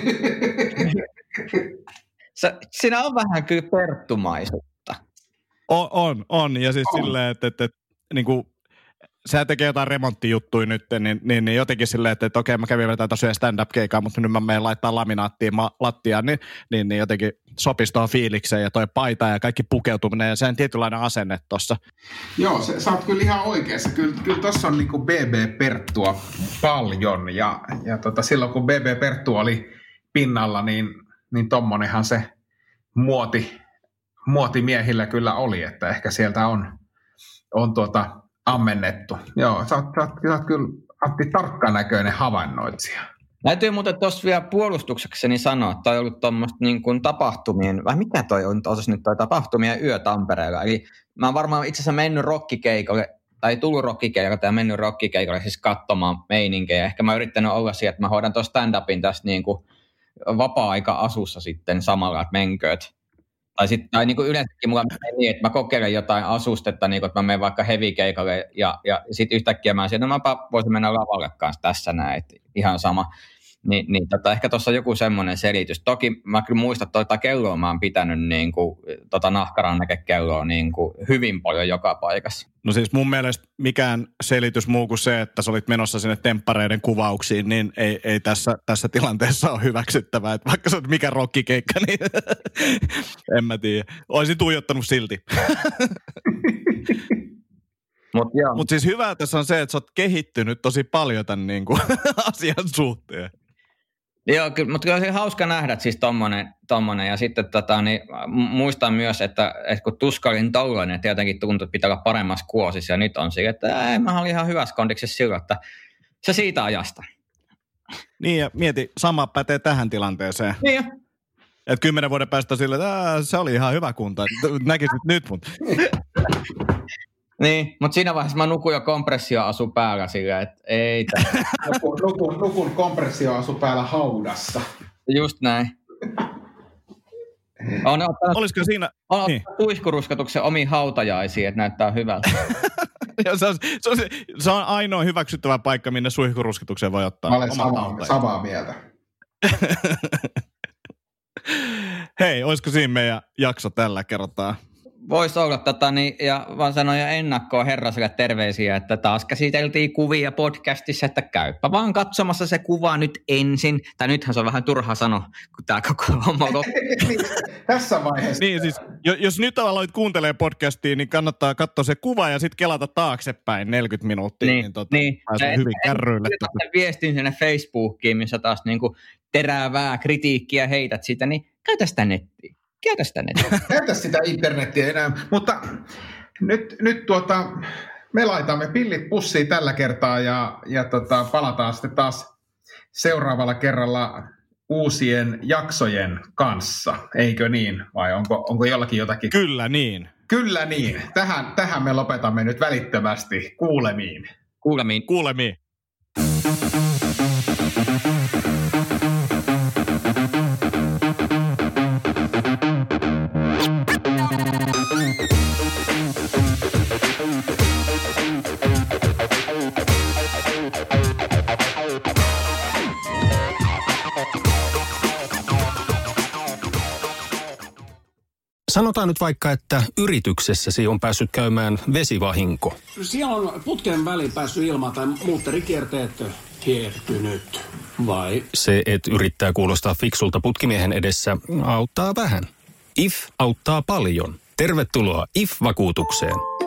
Siinä on vähän kyllä perttumaisuutta. On. Ja siis silleen, että niin kuin, sehän tekee jotain remonttijuttuja nyt, niin jotenkin silleen, että okei, mä kävin vetämään tosiaan stand-up-keikaa, mutta nyt mä menen laittaa laminaattiin lattiaan, niin jotenkin sopisi tuohon fiilikseen ja toi paita ja kaikki pukeutuminen ja se on tietynlainen asenne tossa. Joo, sä oot kyllä ihan oikeassa. Kyllä tossa on niinku BB Perttua paljon ja silloin kun BB Perttu oli pinnalla, niin tommonenhan se muotimiehillä kyllä oli, että ehkä sieltä on ammennettu. Joo, sä oot kyllä Antti tarkkanäköinen havainnoitsija. Täytyy muuten tuossa vielä puolustuksekseni sanoa, että toi on ollut tuommoista niin kuin tapahtumien, vai mikä toi on nyt toi tapahtumien yö Tampereella. Eli mä oon varmaan itse asiassa mennyt rockikeikalle, tai tullut rockikeikalle ja mennyt rockikeikalle siis katsomaan meininkejä. Ehkä mä oon yrittänyt olla siihen, että mä hoidan tuon stand-upin tässä niin kuin vapaa-aika-asussa sitten samalla, että menkööt. Tai niin kuin yleensäkin mulla menee niin, että mä kokeilen jotain asustetta, niin kuin, että mä menen vaikka heavy-keikalle ja sitten yhtäkkiä mä sieltä, mä voisin mennä lavalle kanssa tässä näin, että ihan sama. Niin ehkä tuossa joku semmoinen selitys. Toki mä kyllä muistan, että kelloa mä oon pitänyt niin kuin, nahkarannekekelloa niin kuin hyvin paljon joka paikassa. No siis mun mielestä mikään selitys muu kuin se, että sä olit menossa sinne temppareiden kuvauksiin, niin ei tässä tilanteessa ole hyväksyttävää. Että vaikka se on mikä rockikeikka, niin en mä tiedä. Olisin tuijottanut silti. Mutta siis hyvä tässä on se, että sä oot kehittynyt tosi paljon tämän niin kuin asian suhteen. Joo, mutta kyllä se hauska nähdä, että siis tommonen. Ja sitten niin muistan myös, että kun tuskalin tollainen, että jotenkin tuntuu, että pitää olla paremmassa kuosissa. Ja nyt on sille, että mä olin ihan hyvässä kondiksessa silloin, että se siitä ajasta. Niin ja mieti, sama pätee tähän tilanteeseen. Niin jo. Että 10 vuoden päästä sille, että se oli ihan hyvä kunta. Näkisit nyt mut. Niin, mutta siinä vaiheessa mä nukun jo kompressioasu päällä sillä, että ei nukun kompressioasu päällä haudassa. Just näin. Olisiko siinä? On tuiskuruskatuksen omiin hautajaisiin, että näyttää hyvältä. se on ainoa hyväksyttävä paikka, minne suihkurusketukseen voi ottaa. Mä olen samaa mieltä. Hei, olisiko siinä meidän jakso tällä kertaa? Voisi olla ja vaan sanoin jo ennakkoon Herraselle terveisiä, että taas käsiteltiin kuvia podcastissa, että käypä vaan katsomassa se kuva nyt ensin. Tai nythän se on vähän turha sanoa, kun tämä koko homma on Tässä vaiheessa. Niin siis, jos nyt aloit kuuntelemaan podcastia, niin kannattaa katsoa se kuva ja sitten kelata taaksepäin 40 minuuttia. Niin. Pääsee hyvin kärryille. Viestin sinne Facebookiin, missä taas niinku terävää kritiikkiä heität sitä, niin käytä sitä nettiä. Käytä sitä internettiä enää, mutta nyt me laitamme pillit pussiin tällä kertaa ja palataan sitten taas seuraavalla kerralla uusien jaksojen kanssa, eikö niin? Vai onko jollakin jotakin? Kyllä niin. Kyllä niin. Tähän me lopetamme nyt välittömästi. Kuulemiin. Sanotaan nyt vaikka, että yrityksessäsi on päässyt käymään vesivahinko. Siellä on putken väliin päässyt ilmaan tai muutterikierteet hiertynyt. Vai? Se, että yrittää kuulostaa fiksulta putkimiehen edessä, auttaa vähän. IF auttaa paljon. Tervetuloa IF-vakuutukseen.